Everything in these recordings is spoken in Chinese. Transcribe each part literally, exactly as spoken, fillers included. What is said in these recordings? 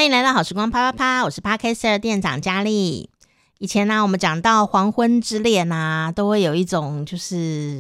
欢迎来到好时光啪啪啪，我是 Podcaster 店长佳丽。以前呢、啊，我们讲到黄昏之恋啊，都会有一种就是、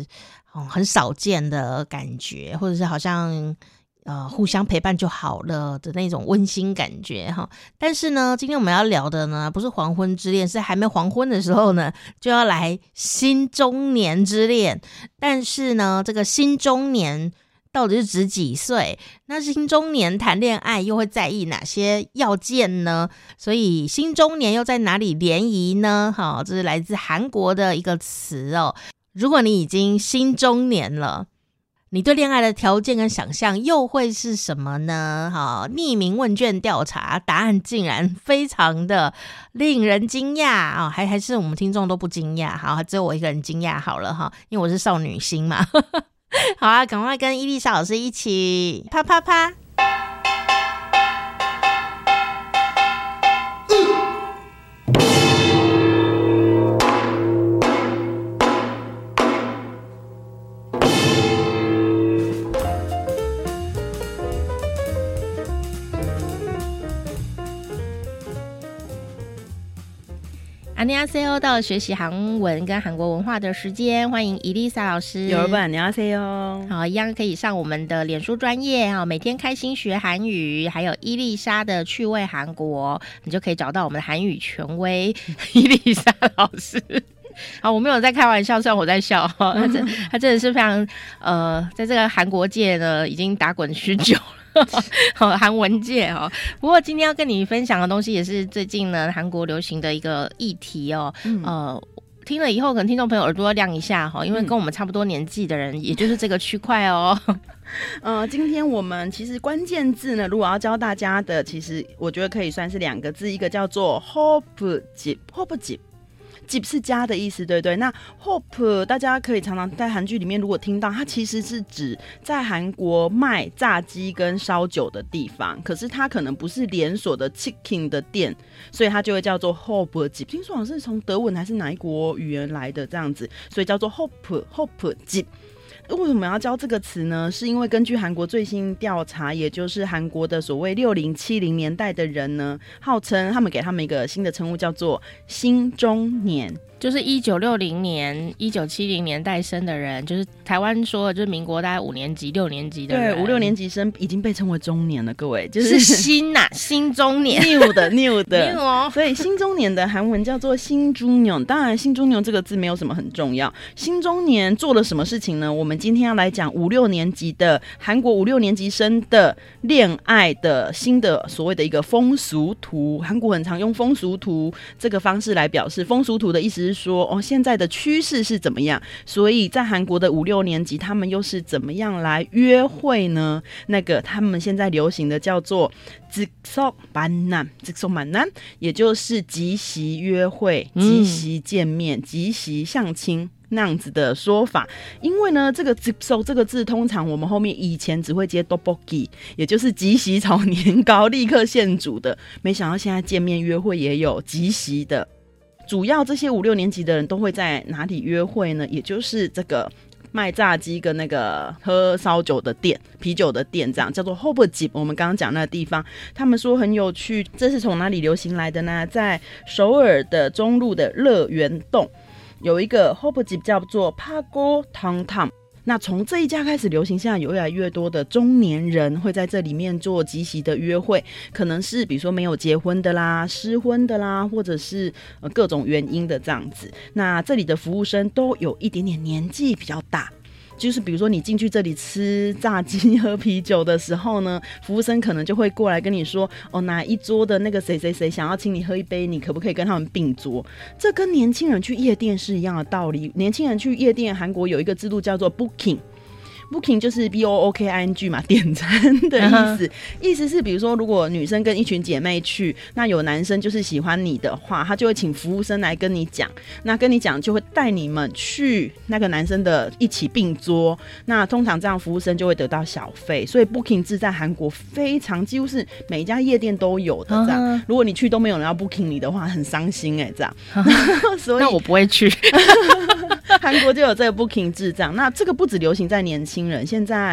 嗯、很少见的感觉，或者是好像呃互相陪伴就好了的那种温馨感觉哈。但是呢，今天我们要聊的呢，不是黄昏之恋，是还没黄昏的时候呢，就要来新中年之恋。但是呢，这个新中年到底是指几岁？那新中年谈恋爱又会在意哪些要件呢？所以新中年又在哪里联谊呢？好，这是来自韩国的一个词哦。如果你已经新中年了，你对恋爱的条件跟想象又会是什么呢？好，匿名问卷调查答案竟然非常的令人惊讶啊、哦！还还是我们听众都不惊讶，好，只有我一个人惊讶好了哈，因为我是少女心嘛。好啊，赶快跟伊丽莎老师一起啪啪啪。안녕하세요，到了学习韩文跟韩国文化的时间，欢迎伊丽莎老师。 여러분 안녕하세요。 好，一样可以上我们的脸书专页，每天开心学韩语，还有伊丽莎的趣味韩国，你就可以找到我们的韩语权威伊丽莎老师。好，我没有在开玩笑，虽然我在笑，他真他真的是非常呃，在这个韩国界呢，已经打滚许久了。好，韩文界哦。不过今天要跟你分享的东西也是最近呢韩国流行的一个议题哦。嗯、呃，听了以后可能听众朋友耳朵要亮一下哈，因为跟我们差不多年纪的人，嗯、也就是这个区块哦。 呃，今天我们其实关键字呢，如果要教大家的，其实我觉得可以算是两个字，一个叫做 hope 집 hope 집。집是家的意思，对不对？那 hope 大家可以常常在韩剧里面如果听到，它其实是指在韩国卖炸鸡跟烧酒的地方，可是它可能不是连锁的 chicken 的店，所以它就会叫做 hope 집。听说好像是从德文还是哪一国语言来的这样子，所以叫做 hope hope 집。为什么要教这个词呢？是因为根据韩国最新调查，也就是韩国的所谓六零七零年代的人呢，号称他们给他们一个新的称呼，叫做新中年。 就是一九六零年、一九七零年代生的人，就是台湾说的，就是民国大概五年级、六年级的人， 对，五六年级生已经被称为中年了，各位，就是是新呐、啊，新中年 ，new 的 new 的 new 哦。 所以新中年的韩文叫做新中年。当然，新中年这个字没有什么很重要。新中年做了什么事情呢？我们今天要来讲五六年级的韩国五六年级生的恋爱的新的所谓的一个风俗图。韩国很常用风俗图这个方式来表示，风俗图的意思是说哦，现在的趋势是怎么样？所以在韩国的五六年级，他们又是怎么样来约会呢？那个他们现在流行的叫做즉석 만남，즉석 만남，也就是即席约会、即席见面、即席相亲。那样子的说法，因为呢，这个즉석这个字，通常我们后面以前只会接 tteokbokki， 也就是即席炒年糕，立刻现煮的。没想到现在见面约会也有即席的。主要这些五六年级的人都会在哪里约会呢？也就是这个卖炸鸡跟那个喝烧酒的店、啤酒的店，这样叫做 hope 집。我们刚刚讲那个地方，他们说很有趣，这是从哪里流行来的呢？在首尔的中路的乐园洞有一个 hope 집叫做파고탕탕。那从这一家开始流行，现在有越来越多的中年人会在这里面做即席的约会，可能是比如说没有结婚的啦、失婚的啦，或者是、呃、各种原因的这样子。那这里的服务生都有一点点年纪比较大。就是比如说你进去这里吃炸鸡喝啤酒的时候呢，服务生可能就会过来跟你说，哦，哪一桌的那个谁谁谁想要请你喝一杯，你可不可以跟他们并桌？这跟年轻人去夜店是一样的道理。年轻人去夜店，韩国有一个制度叫做 booking。Booking 就是 B O O K I N G 嘛，点餐的意思。Uh-huh. 意思是，比如说，如果女生跟一群姐妹去，那有男生就是喜欢你的话，他就会请服务生来跟你讲，那跟你讲就会带你们去那个男生的一起并桌。那通常这样服务生就会得到小费，所以 Booking 制在韩国非常几乎是每一家夜店都有的这样。Uh-huh. 如果你去都没有人要 Booking 你的话，很伤心哎、欸，这样。Uh-huh. 所以那我不会去。 韩国就有这个 Booking 制这样。那这个不只流行在年轻人，现在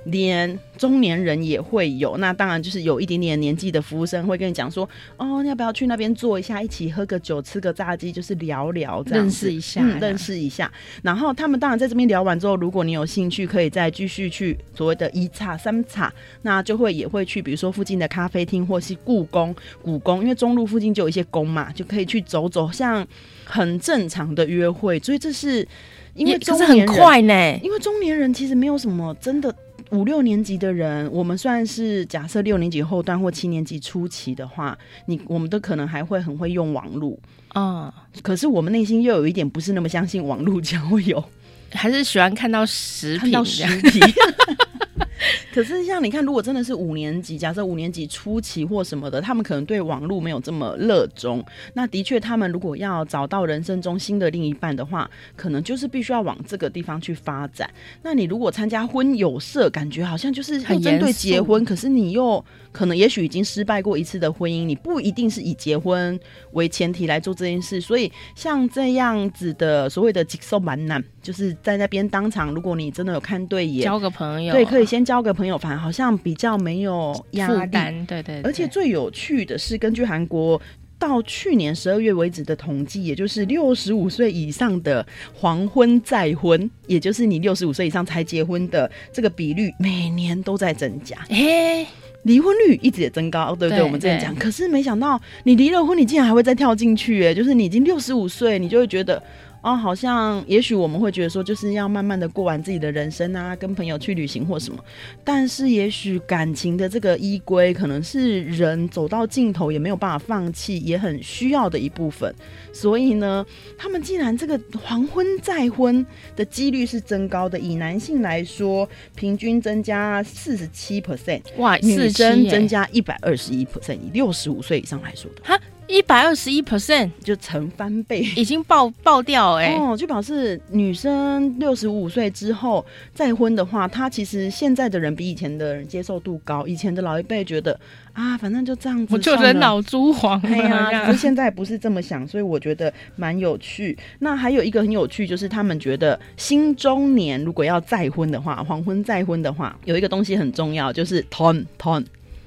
连中年人也会有。那当然就是有一点点年纪的服务生会跟你讲说，哦，你要不要去那边坐一下，一起喝个酒，吃个炸鸡，就是聊聊这样认识一下、 嗯、认识一下。然后他们当然在这边聊完之后，如果你有兴趣可以再继续去所谓的一茶三茶，那就会也会去比如说附近的咖啡厅或是故宫故宫，因为中路附近就有一些宫嘛，就可以去走走，像很正常的约会。所以这是因为中年人很快呢， 因为中年人其实没有什么真的五六年级的人，我们算是假设六年级后段或七年级初期的话，你我们都可能还会很会用网络，嗯，可是我们内心又有一点不是那么相信网络交友， 还是喜欢看到实体， 看到实体。可是像你看，如果真的是五年级，假设五年级初期或什么的，他们可能对网络没有这么热衷，那的确他们如果要找到人生中新的另一半的话，可能就是必须要往这个地方去发展。那你如果参加婚友社，感觉好像就是要针对结婚，可是你又可能也许已经失败过一次的婚姻，你不一定是以结婚为前提来做这件事。所以像这样子的所谓的接受蛮难，就是在那边当场，如果你真的有看对眼， 交个朋友， 对，可以先交个朋友，反而好像比较没有压力， 负担，对 对, 对。 而且最有趣的是，根据韩国到去年十二月为止的统计，也就是六十五岁以上的黄婚再婚，也就是你六十五岁以上才结婚的这个比率，每年都在增加。 欸， 离婚率一直也增高，对不对？我们之前讲，可是没想到你离了婚，你竟然还会再跳进去，哎，就是你已经六十五岁，你就会觉得。哦，好像也许我们会觉得说就是要慢慢的过完自己的人生啊，跟朋友去旅行或什么，但是也许感情的这个依归可能是人走到尽头也没有办法放弃，也很需要的一部分。所以呢，他们竟然这个黄婚再婚的几率是增高的，以男性来说平均增加 百分之四十七， 哇， 女生增加 百分之一百二十一， 以六十五岁以上来说的哈一百二十一 percent 就成翻倍， 已经爆爆掉哎、欸！ 哦，就表示女生六十五岁之后再婚的话，她其实现在的人比以前的人接受度高。以前的老一辈觉得啊，反正就这样子， 我就人老珠黄了。 哎呀，可是现在不是这么想，所以我觉得蛮有趣。那还有一个很有趣，就是他们觉得新中年如果要再婚的话，黄婚再婚的话，有一个东西很重要，就是돈 돈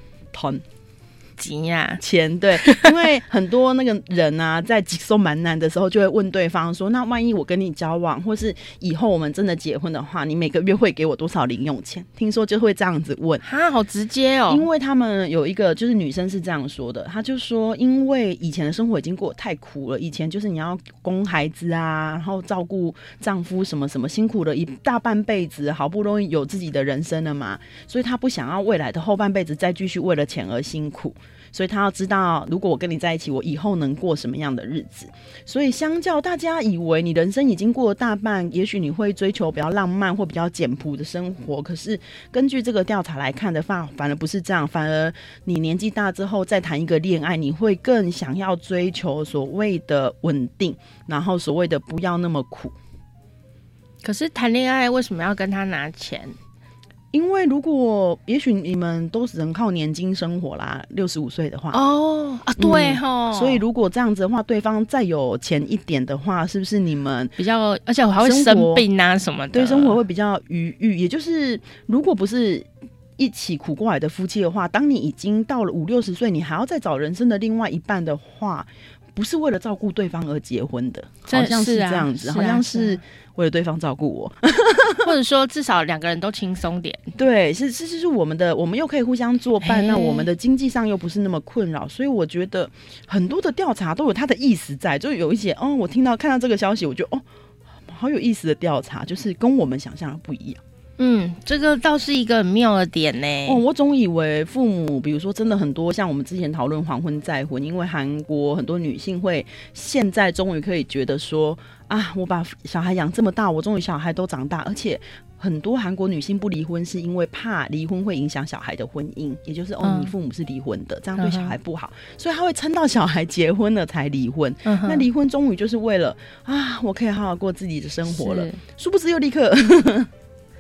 돈。 钱呀、啊， 钱，对，因为很多那个人啊，在接受蛮难的时候，就会问对方说：“那万一我跟你交往，或是以后我们真的结婚的话，你每个月会给我多少零用钱？”听说就会这样子问， 哈，好直接哦。 因为他们有一个就是女生是这样说的，她就说，因为以前的生活已经过得太苦了，以前就是你要供孩子啊，然后照顾丈夫什么什么，辛苦了一大半辈子，好不容易有自己的人生了嘛，所以她不想要未来的后半辈子再继续为了钱而辛苦。所以他要知道，如果我跟你在一起，我以后能过什么样的日子。所以相较大家以为你人生已经过了大半，也许你会追求比较浪漫或比较简朴的生活，可是根据这个调查来看的话，反而不是这样，反而你年纪大之后再谈一个恋爱，你会更想要追求所谓的稳定，然后所谓的不要那么苦。 可是谈恋爱为什么要跟他拿钱？ 因为如果也许你们都只能靠年金生活啦，六十五岁的话， 哦啊，对齁、 嗯，所以如果这样子的话，对方再有钱一点的话，是不是你们比较，而且我还会生病啊什么的， 对，生活会比较愉悦。也就是如果不是一起苦过来的夫妻的话，当你已经到了五六十岁，你还要再找人生的另外一半的话，不是为了照顾对方而结婚的，好像是这样子， 啊、 好像是为了对方照顾我， 或者说至少两个人都轻松点。 对，是是是我们的，我们又可以互相作伴，那我们的经济上又不是那么困扰，所以我觉得很多的调查都有它的意思在，就有一些哦，我听到看到这个消息，我觉得哦，好有意思的调查，就是跟我们想象的不一样。 嗯，这个倒是一个很妙的点呢。 哦，我总以为父母，比如说真的很多，像我们之前讨论黄婚再婚，因为韩国很多女性会现在终于可以觉得说啊，我把小孩养这么大，我终于小孩都长大，而且很多韩国女性不离婚是因为怕离婚会影响小孩的婚姻，也就是哦，你父母是离婚的，这样对小孩不好，所以他会撑到小孩结婚了才离婚。那离婚终于就是为了啊，我可以好好过自己的生活了，殊不知又立刻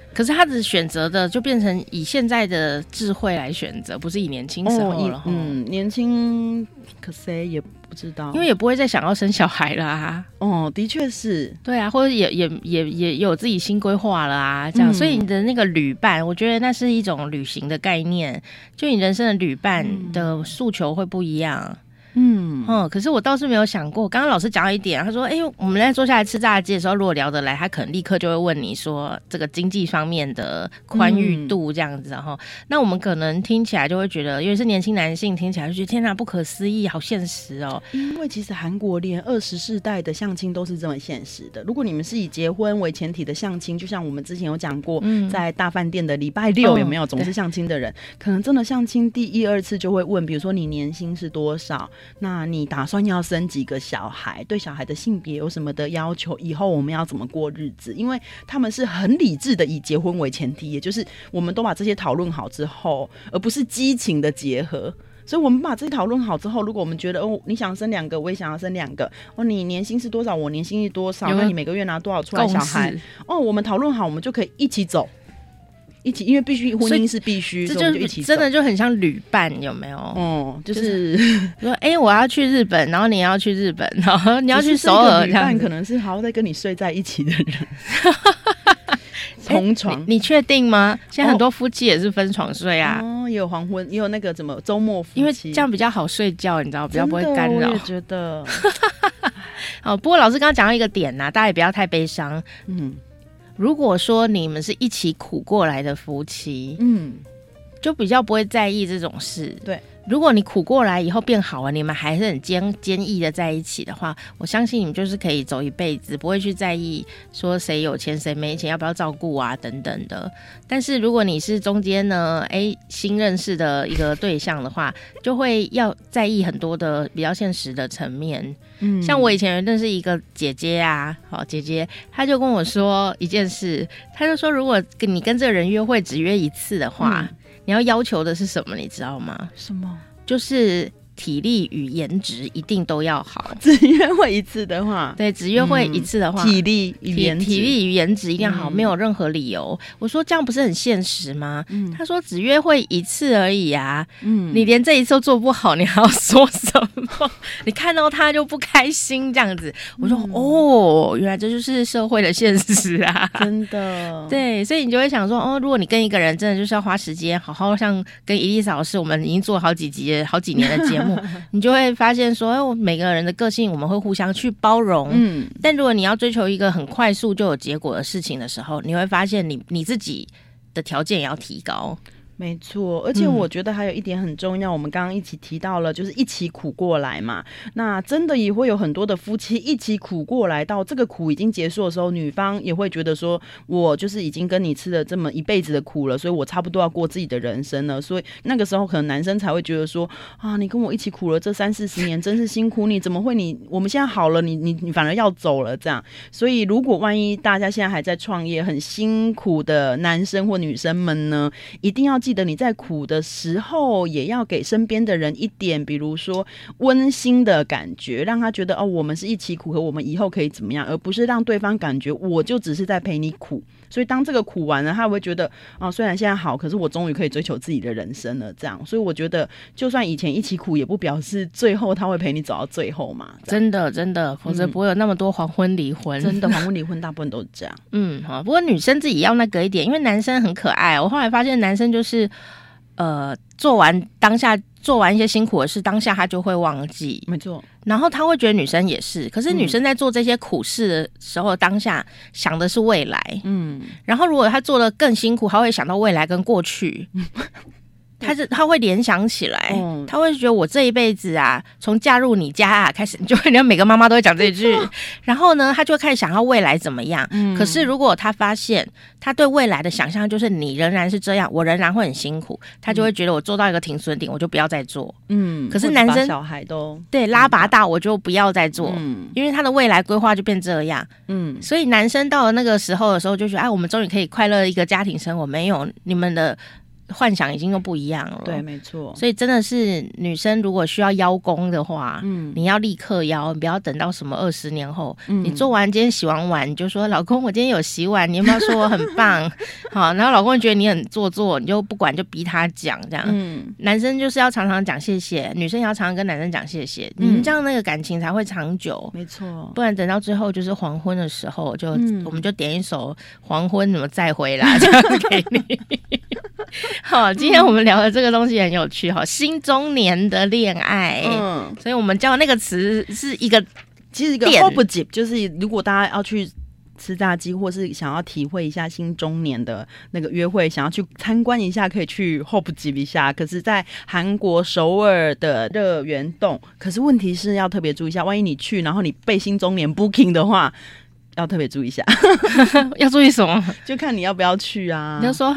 可是他的选择的就变成以现在的智慧来选择，不是以年轻时候了、哦、 嗯，年轻可谁也不知道， 因为也不会再想要生小孩了啊。 哦，的确是， 对啊，或者也也也也有自己新规划了啊，这样、嗯。所以你的那个旅伴，我觉得那是一种旅行的概念，就你人生的旅伴的诉求会不一样。嗯嗯，可是我倒是没有想过，刚刚老师讲到一点，他说：“哎、欸，我们在坐下来吃炸鸡的时候，如果聊得来，他可能立刻就会问你说这个经济方面的宽裕度这样子哈、嗯。那我们可能听起来就会觉得，因为是年轻男性，听起来就觉得天哪，不可思议，好现实哦。 因为其实韩国连二十世代的相亲都是这么现实的。如果你们是以结婚为前提的相亲，就像我们之前有讲过，嗯、在大饭店的礼拜六有没有、哦、总是相亲的人，可能真的相亲第一二次就会问，比如说你年薪是多少。”那你打算要生几个小孩？对小孩的性别有什么的要求？以后我们要怎么过日子？因为他们是很理智的以结婚为前提，也就是我们都把这些讨论好之后，而不是激情的结合。所以我们把这些讨论好之后，如果我们觉得哦，你想生两个，我也想要生两个，哦，你年薪是多少，我年薪是多少，那你每个月拿多少出来小孩？哦，我们讨论好，我们就可以一起走。一起，因为必须婚姻是必须， 这就就一起真的就很像旅伴，有没有？ 哦、嗯，就是说，哎、欸，我要去日本，然后你要去日本，然后你要去首尔， 旅伴可能是好在跟你睡在一起的人，同床。 欸、你确定吗？现在很多夫妻也是分床睡啊。 哦，也有黄昏，也有那个怎么周末夫妻， 因为这样比较好睡觉，你知道，比较不会干扰。 我也觉得。 哦，不过老师刚刚讲到一个点呐、啊，大家也不要太悲伤。嗯。如果说你们是一起苦过来的夫妻，嗯，就比较不会在意这种事。 对， 如果你苦过来以后变好了，你们还是很坚坚毅的在一起的话，我相信你们就是可以走一辈子，不会去在意说谁有钱谁没钱，要不要照顾啊等等的。但是如果你是中间呢，哎，新认识的一个对象的话，就会要在意很多的比较现实的层面。嗯，像我以前认识一个姐姐啊，好姐姐，她就跟我说一件事，她就说，如果你跟这个人约会只约一次的话，嗯、你要要求的是什么，你知道吗？ 什么？ 就是体力与颜值一定都要好。 只约会一次的话， 对，只约会一次的话， 嗯、体力与颜值， 体力与颜值一定要好，嗯、没有任何理由。我说这样不是很现实吗？嗯、他说只约会一次而已啊，嗯，你连这一次都做不好，你还要说什么？你看到他就不开心这样子。我说、嗯、哦，原来这就是社会的现实啊， 真的。 对，所以你就会想说，哦，如果你跟一个人真的就是要花时间，好好像跟伊丽莎老师，我们已经做了好几集、好几年的节目。你就会发现说，哎，每个人的个性我们会互相去包容，嗯，但如果你要追求一个很快速就有结果的事情的时候，你会发现你你自己的条件也要提高。 没错，而且我觉得还有一点很重要，嗯、我们刚刚一起提到了，就是一起苦过来嘛。那真的也会有很多的夫妻一起苦过来，到这个苦已经结束的时候，女方也会觉得说，我就是已经跟你吃了这么一辈子的苦了，所以我差不多要过自己的人生了。所以那个时候，可能男生才会觉得说，啊，你跟我一起苦了这三四十年，真是辛苦你，怎么会你我们现在好了，你你你反而要走了这样。所以如果万一大家现在还在创业很辛苦的男生或女生们呢，一定要记得你在苦的时候也要给身边的人一点比如说温馨的感觉，让他觉得哦，我们是一起苦和我们以后可以怎么样，而不是让对方感觉我就只是在陪你苦。所以当这个苦完了，他会觉得哦，虽然现在好，可是我终于可以追求自己的人生了这样。所以我觉得就算以前一起苦，也不表示最后他会陪你走到最后嘛。 真的真的，否则不会有那么多黄昏离婚、嗯、 真的黄昏离婚大部分都是这样。 嗯，好，不过女生自己要那个一点，因为男生很可爱。我后来发现男生就是呃，做完当下做完一些辛苦的事，当下他就会忘记， 没错。 然后他会觉得女生也是，可是女生在做这些苦事的时候，嗯、当下想的是未来，嗯。然后如果他做的更辛苦，他会想到未来跟过去。他是他会联想起来、嗯，他会觉得我这一辈子啊，从嫁入你家啊开始，你就会，每个妈妈都会讲这一句。然后呢，他就会开始想要未来怎么样。嗯、可是如果他发现他对未来的想象就是你仍然是这样，我仍然会很辛苦，他就会觉得我做到一个停损点，我就不要再做。嗯，可是男生小孩都对拉拔大，我就不要再做，嗯，因为他的未来规划就变这样。嗯，所以男生到了那个时候的时候，就觉得哎，我们终于可以快乐一个家庭生活。没有，你们的幻想已经又不一样了。 对，没错。 所以真的是女生如果需要邀功的话，嗯，你要立刻邀，你不要等到什么二十年后，嗯，你做完今天洗完碗，你就说老公我今天有洗碗，你有没有说我很棒？好，然后老公觉得你很做作，你就不管就逼他讲这样。嗯，男生就是要常常讲谢谢，女生也要常常跟男生讲谢谢，你们这样那个感情才会长久。 没错， 不然等到最后就是黄昏的时候，就、嗯、我们就点一首黄昏怎么再回来这样子给你。好，今天我们聊的这个东西很有趣哈，新中年的恋爱，嗯，所以我们教那个词是一个， 其實一個 hope 就是如果大家要去吃炸鸡，或是想要体会一下新中年的那个约会，想要去参观一下，可以去 hope 一下。可是在韩国首尔的乐园洞，可是问题是要特别注意一下，万一你去然后你被新中年 booking 的话，要特别注意一下。 要注意什么？ 就看你要不要去啊。 你要说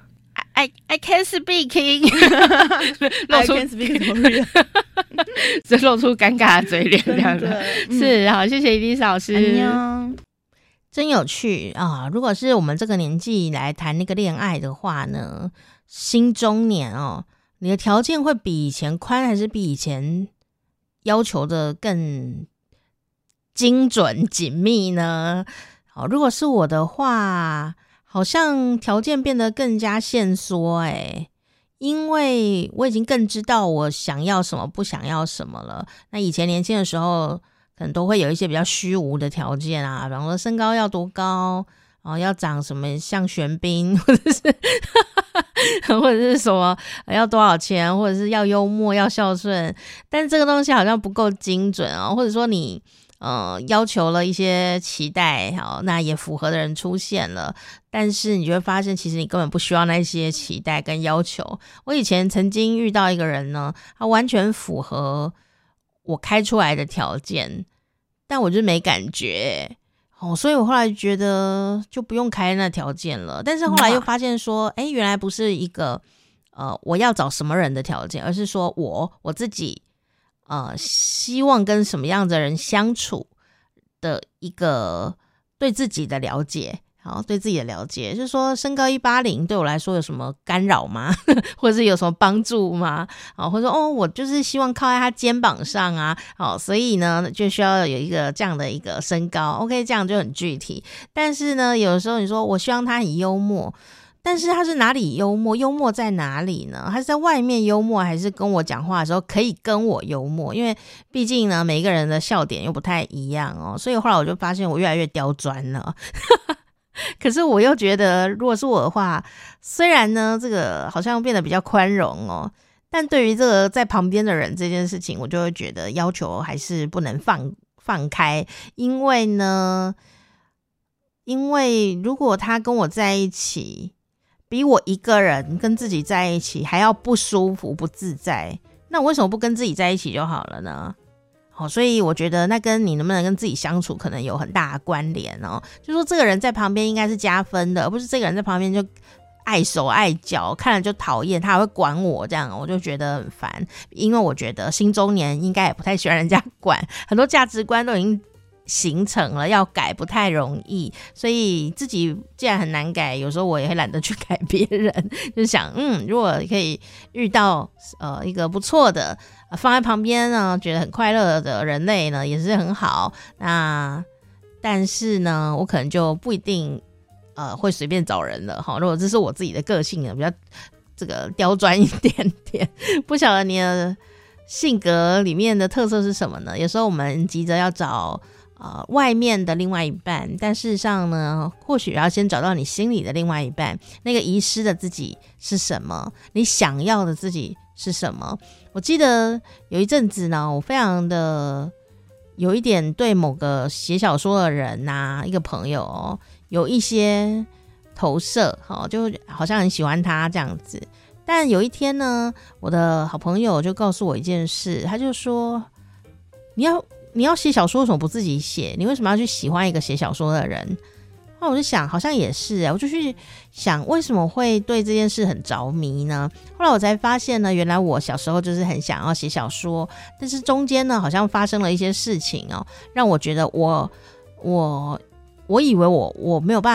I I can't speak， 露出 I can't speak， 就露出尴尬的嘴脸这样子。是、嗯、好，谢谢伊丽莎老师。真有趣啊！如果是我们这个年纪来谈那个恋爱的话呢，新中年哦，你的条件会比以前宽，还是比以前要求的更精准紧密呢？好，如果是我的话，好像条件变得更加限缩欸，因为我已经更知道我想要什么不想要什么了。那以前年轻的时候可能都会有一些比较虚无的条件啊，比方说身高要多高，然后要长什么像玄彬，或者是或者是什么要多少钱，或者是要幽默要孝顺，但是这个东西好像不够精准哦，或者说你呃，要求了一些期待，好，那也符合的人出现了，但是你就会发现其实你根本不需要那些期待跟要求。我以前曾经遇到一个人呢，他完全符合我开出来的条件，但我就没感觉哦，所以我后来觉得就不用开那条件了。但是后来又发现说，诶，原来不是一个呃我要找什么人的条件，而是说我我自己呃，希望跟什么样的人相处的一个对自己的了解，好，对自己的了解，就是说身高一八零对我来说有什么干扰吗？或者是有什么帮助吗？好，或者说哦，我就是希望靠在他肩膀上啊，好，所以呢就需要有一个这样的一个身高 ，OK， 这样就很具体。但是呢，有的时候你说我希望他很幽默。但是他是哪里幽默？幽默在哪里呢？他是在外面幽默，还是跟我讲话的时候可以跟我幽默？因为毕竟呢，每一个人的笑点又不太一样哦，所以后来我就发现我越来越刁钻了。可是我又觉得，如果是我的话，虽然呢这个好像变得比较宽容哦，但对于这个在旁边的人这件事情，我就会觉得要求还是不能放放开，因为呢，因为如果他跟我在一起，比我一个人跟自己在一起还要不舒服不自在，那我为什么不跟自己在一起就好了呢？好，所以我觉得那跟你能不能跟自己相处可能有很大的关联哦。就说这个人在旁边应该是加分的，而不是这个人在旁边就碍手碍脚，看了就讨厌，他还会管我，这样我就觉得很烦。因为我觉得新中年应该也不太喜欢人家管，很多价值观都已经形成了，要改不太容易，所以自己既然很难改，有时候我也会懒得去改别人，就想嗯，如果可以遇到呃一个不错的、呃、放在旁边呢，觉得很快乐的人类呢，也是很好。那但是呢，我可能就不一定呃会随便找人了哈。如果这是我自己的个性呢，比较这个刁钻一点点，不晓得你的性格里面的特色是什么呢？有时候我们急着要找呃，外面的另外一半，但事实上呢，或许要先找到你心里的另外一半，那个遗失的自己是什么，你想要的自己是什么。我记得有一阵子呢，我非常的有一点对某个写小说的人啊，一个朋友哦，有一些投射，哦，就好像很喜欢他这样子。但有一天呢，我的好朋友就告诉我一件事，他就说你要你要写小说为什么不自己写？你为什么要去喜欢一个写小说的人？那我就想好像也是、欸、我就去想为什么会对这件事很着迷呢？后来我才发现呢，原来我小时候就是很想要写小说，但是中间呢好像发生了一些事情哦，让我觉得我我我以为我我没有办法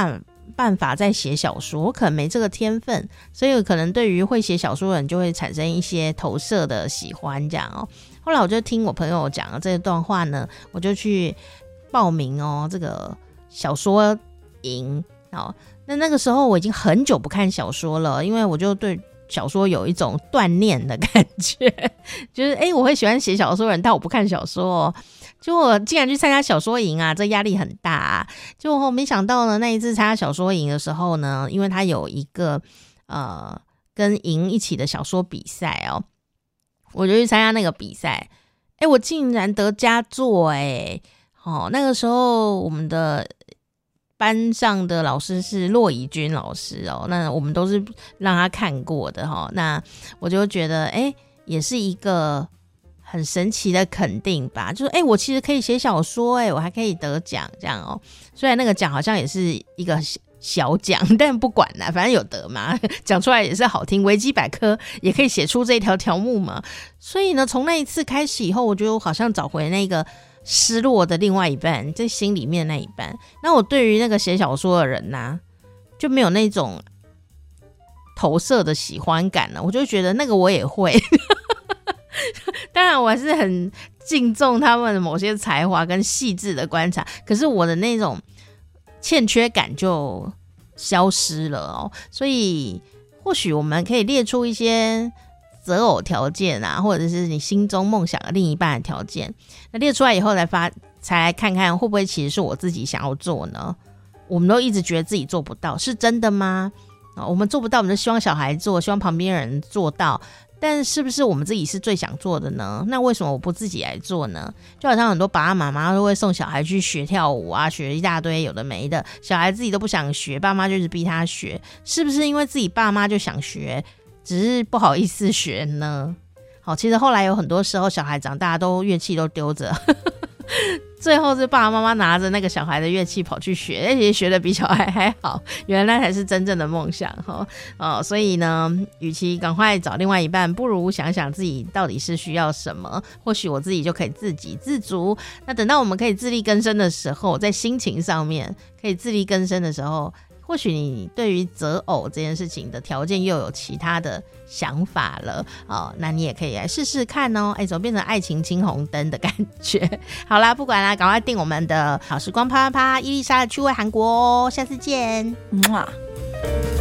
办法在写小说，我可能没这个天分，所以可能对于会写小说的人就会产生一些投射的喜欢这样哦。后来我就听我朋友讲了这段话呢，我就去报名哦这个小说营哦。那那个时候我已经很久不看小说了，因为我就对小说有一种锻炼的感觉，就是哎、欸，我会喜欢写小说的人，但我不看小说哦。就我竟然去参加小说营啊，这压力很大啊。就我没想到呢，那一次参加小说营的时候呢，因为他有一个呃跟营一起的小说比赛哦，我就去参加那个比赛。哎，我竟然得佳作哎！哦，那个时候我们的班上的老师是骆以军老师哦，那我们都是让他看过的哈、哦。那我就觉得哎，也是一个很神奇的肯定吧，就是哎、欸，我其实可以写小说哎、欸，我还可以得奖这样哦。虽然那个奖好像也是一个小奖，但不管啦，反正有得嘛，讲出来也是好听。维基百科也可以写出这一条条目嘛。所以呢，从那一次开始以后，我觉得我好像找回那个失落的另外一半，在心里面那一半。那我对于那个写小说的人呐、啊，就没有那种投射的喜欢感了。我就觉得那个我也会。当然我还是很敬重他们的某些才华跟细致的观察，可是我的那种欠缺感就消失了哦。所以或许我们可以列出一些择偶条件啊，或者是你心中梦想的另一半的条件，那列出来以后来发才来看看会不会其实是我自己想要做呢？我们都一直觉得自己做不到，是真的吗？哦、我们做不到，我们就希望小孩做，希望旁边人做到，但是不是我们自己是最想做的呢？那为什么我不自己来做呢？就好像很多爸爸妈妈都会送小孩去学跳舞啊，学一大堆有的没的，小孩自己都不想学，爸妈就是逼他学，是不是因为自己爸妈就想学，只是不好意思学呢？好，其实后来有很多时候小孩长大都乐器都丢着最后是爸爸妈妈拿着那个小孩的乐器跑去学，而且学的比小孩还好，原来才是真正的梦想、哦哦、所以呢，与其赶快找另外一半，不如想想自己到底是需要什么，或许我自己就可以自给自足。那等到我们可以自力更生的时候，在心情上面可以自力更生的时候，或许你对于择偶这件事情的条件又有其他的想法了、哦、那你也可以来试试看哦。哎，怎么变成爱情青红灯的感觉？好啦，不管啦，赶快订我们的好时光啪啪啪伊丽莎的趣味韩国哦，下次见。 嗯啊。